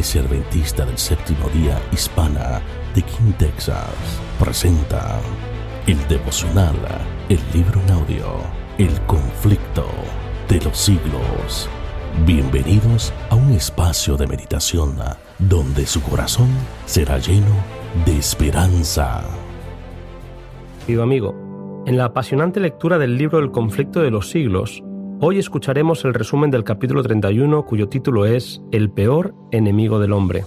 Iglesia Adventista del Séptimo Día Hispana de King, Texas, presenta el devocional, el libro en audio, El conflicto de los siglos. Bienvenidos a un espacio de meditación donde su corazón será lleno de esperanza. Querido amigo, en la apasionante lectura del libro El conflicto de los siglos, hoy escucharemos el resumen del capítulo 31, cuyo título es El peor enemigo del hombre.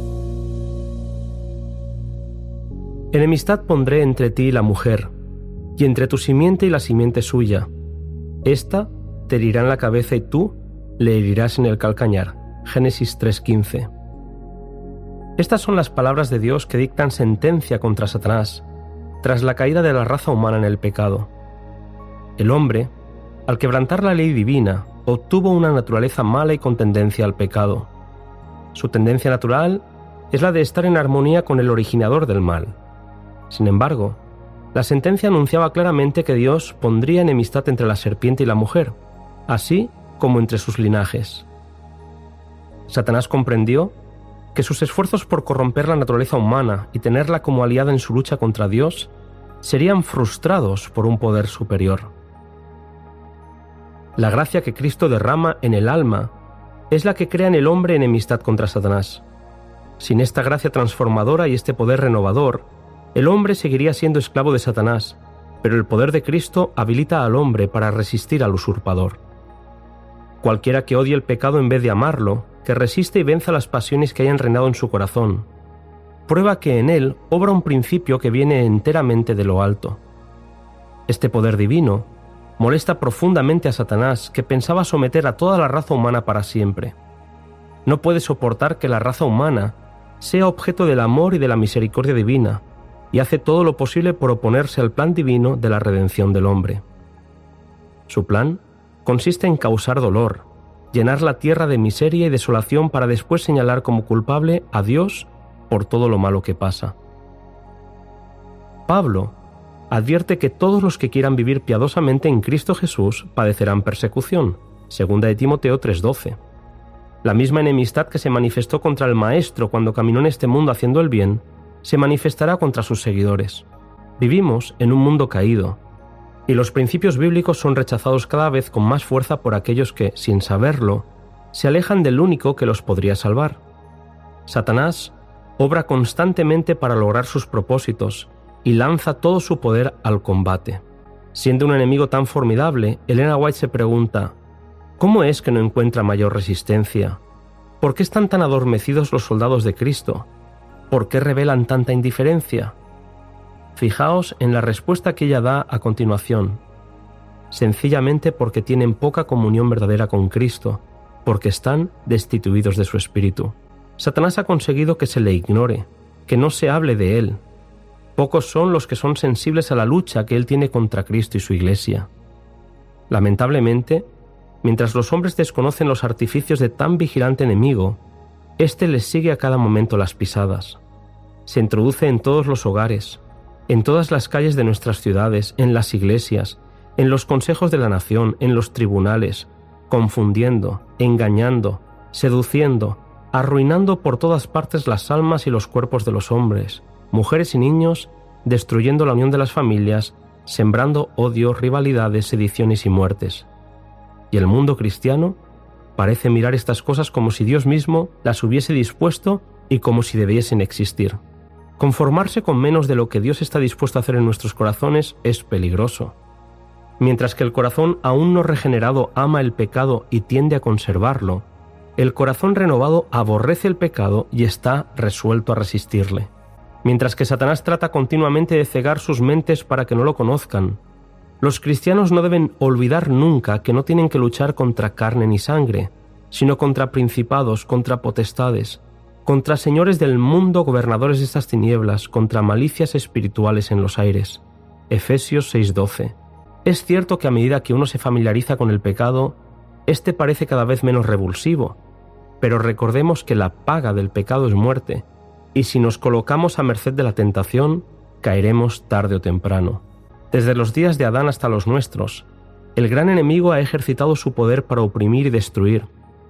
Enemistad pondré entre ti y la mujer, y entre tu simiente y la simiente suya. Esta te herirá en la cabeza y tú le herirás en el calcañar. Génesis 3:15. Estas son las palabras de Dios que dictan sentencia contra Satanás, tras la caída de la raza humana en el pecado. El hombre, al quebrantar la ley divina, obtuvo una naturaleza mala y con tendencia al pecado. Su tendencia natural es la de estar en armonía con el originador del mal. Sin embargo, la sentencia anunciaba claramente que Dios pondría enemistad entre la serpiente y la mujer, así como entre sus linajes. Satanás comprendió que sus esfuerzos por corromper la naturaleza humana y tenerla como aliada en su lucha contra Dios serían frustrados por un poder superior. La gracia que Cristo derrama en el alma es la que crea en el hombre enemistad contra Satanás. Sin esta gracia transformadora y este poder renovador, el hombre seguiría siendo esclavo de Satanás, pero el poder de Cristo habilita al hombre para resistir al usurpador. Cualquiera que odie el pecado en vez de amarlo, que resiste y venza las pasiones que hayan reinado en su corazón, prueba que en él obra un principio que viene enteramente de lo alto. Este poder divino molesta profundamente a Satanás, que pensaba someter a toda la raza humana para siempre. No puede soportar que la raza humana sea objeto del amor y de la misericordia divina, y hace todo lo posible por oponerse al plan divino de la redención del hombre. Su plan consiste en causar dolor, llenar la tierra de miseria y desolación para después señalar como culpable a Dios por todo lo malo que pasa. Pablo advierte que todos los que quieran vivir piadosamente en Cristo Jesús padecerán persecución, 2 de Timoteo 3:12. La misma enemistad que se manifestó contra el Maestro cuando caminó en este mundo haciendo el bien, se manifestará contra sus seguidores. Vivimos en un mundo caído, y los principios bíblicos son rechazados cada vez con más fuerza por aquellos que, sin saberlo, se alejan del único que los podría salvar. Satanás obra constantemente para lograr sus propósitos, y lanza todo su poder al combate. Siendo un enemigo tan formidable, Elena White se pregunta, ¿cómo es que no encuentra mayor resistencia? ¿Por qué están tan adormecidos los soldados de Cristo? ¿Por qué revelan tanta indiferencia? Fijaos en la respuesta que ella da a continuación. Sencillamente porque tienen poca comunión verdadera con Cristo, porque están destituidos de su espíritu. Satanás ha conseguido que se le ignore, que no se hable de él. Pocos son los que son sensibles a la lucha que él tiene contra Cristo y su Iglesia. Lamentablemente, mientras los hombres desconocen los artificios de tan vigilante enemigo, éste les sigue a cada momento las pisadas. Se introduce en todos los hogares, en todas las calles de nuestras ciudades, en las iglesias, en los consejos de la nación, en los tribunales, confundiendo, engañando, seduciendo, arruinando por todas partes las almas y los cuerpos de los hombres, mujeres y niños, destruyendo la unión de las familias, sembrando odio, rivalidades, sediciones y muertes. Y el mundo cristiano parece mirar estas cosas como si Dios mismo las hubiese dispuesto y como si debiesen existir. Conformarse con menos de lo que Dios está dispuesto a hacer en nuestros corazones es peligroso. Mientras que el corazón aún no regenerado ama el pecado y tiende a conservarlo, el corazón renovado aborrece el pecado y está resuelto a resistirle. Mientras que Satanás trata continuamente de cegar sus mentes para que no lo conozcan, los cristianos no deben olvidar nunca que no tienen que luchar contra carne ni sangre, sino contra principados, contra potestades, contra señores del mundo, gobernadores de estas tinieblas, contra malicias espirituales en los aires. Efesios 6:12. Es cierto que a medida que uno se familiariza con el pecado, este parece cada vez menos revulsivo, pero recordemos que la paga del pecado es muerte, y si nos colocamos a merced de la tentación, caeremos tarde o temprano. Desde los días de Adán hasta los nuestros, el gran enemigo ha ejercitado su poder para oprimir y destruir,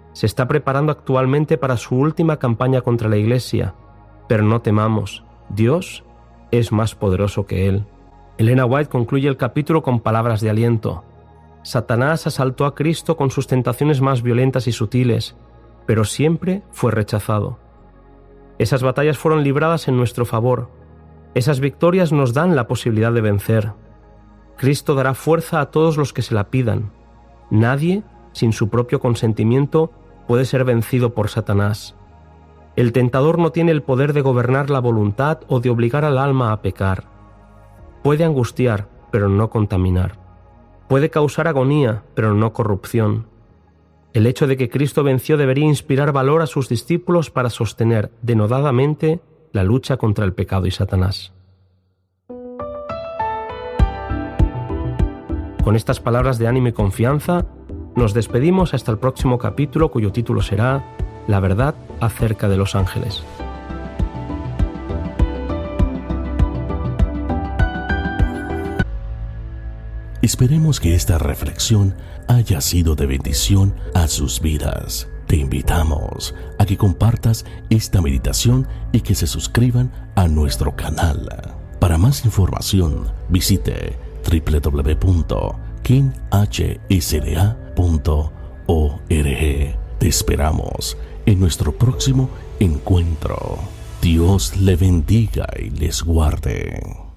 Se está preparando actualmente para su última campaña contra la Iglesia, pero no temamos, Dios es más poderoso que él. Elena White concluye el capítulo con palabras de aliento. Satanás asaltó a Cristo con sus tentaciones más violentas y sutiles, pero siempre fue rechazado. Esas batallas fueron libradas en nuestro favor. Esas victorias nos dan la posibilidad de vencer. Cristo dará fuerza a todos los que se la pidan. Nadie, sin su propio consentimiento, puede ser vencido por Satanás. El tentador no tiene el poder de gobernar la voluntad o de obligar al alma a pecar. Puede angustiar, pero no contaminar. Puede causar agonía, pero no corrupción. El hecho de que Cristo venció debería inspirar valor a sus discípulos para sostener denodadamente la lucha contra el pecado y Satanás. Con estas palabras de ánimo y confianza, nos despedimos hasta el próximo capítulo, cuyo título será La verdad acerca de los ángeles. Esperemos que esta reflexión haya sido de bendición a sus vidas. Te invitamos a que compartas esta meditación y que se suscriban a nuestro canal. Para más información, visite www.kinhsda.org. Te esperamos en nuestro próximo encuentro. Dios le bendiga y les guarde.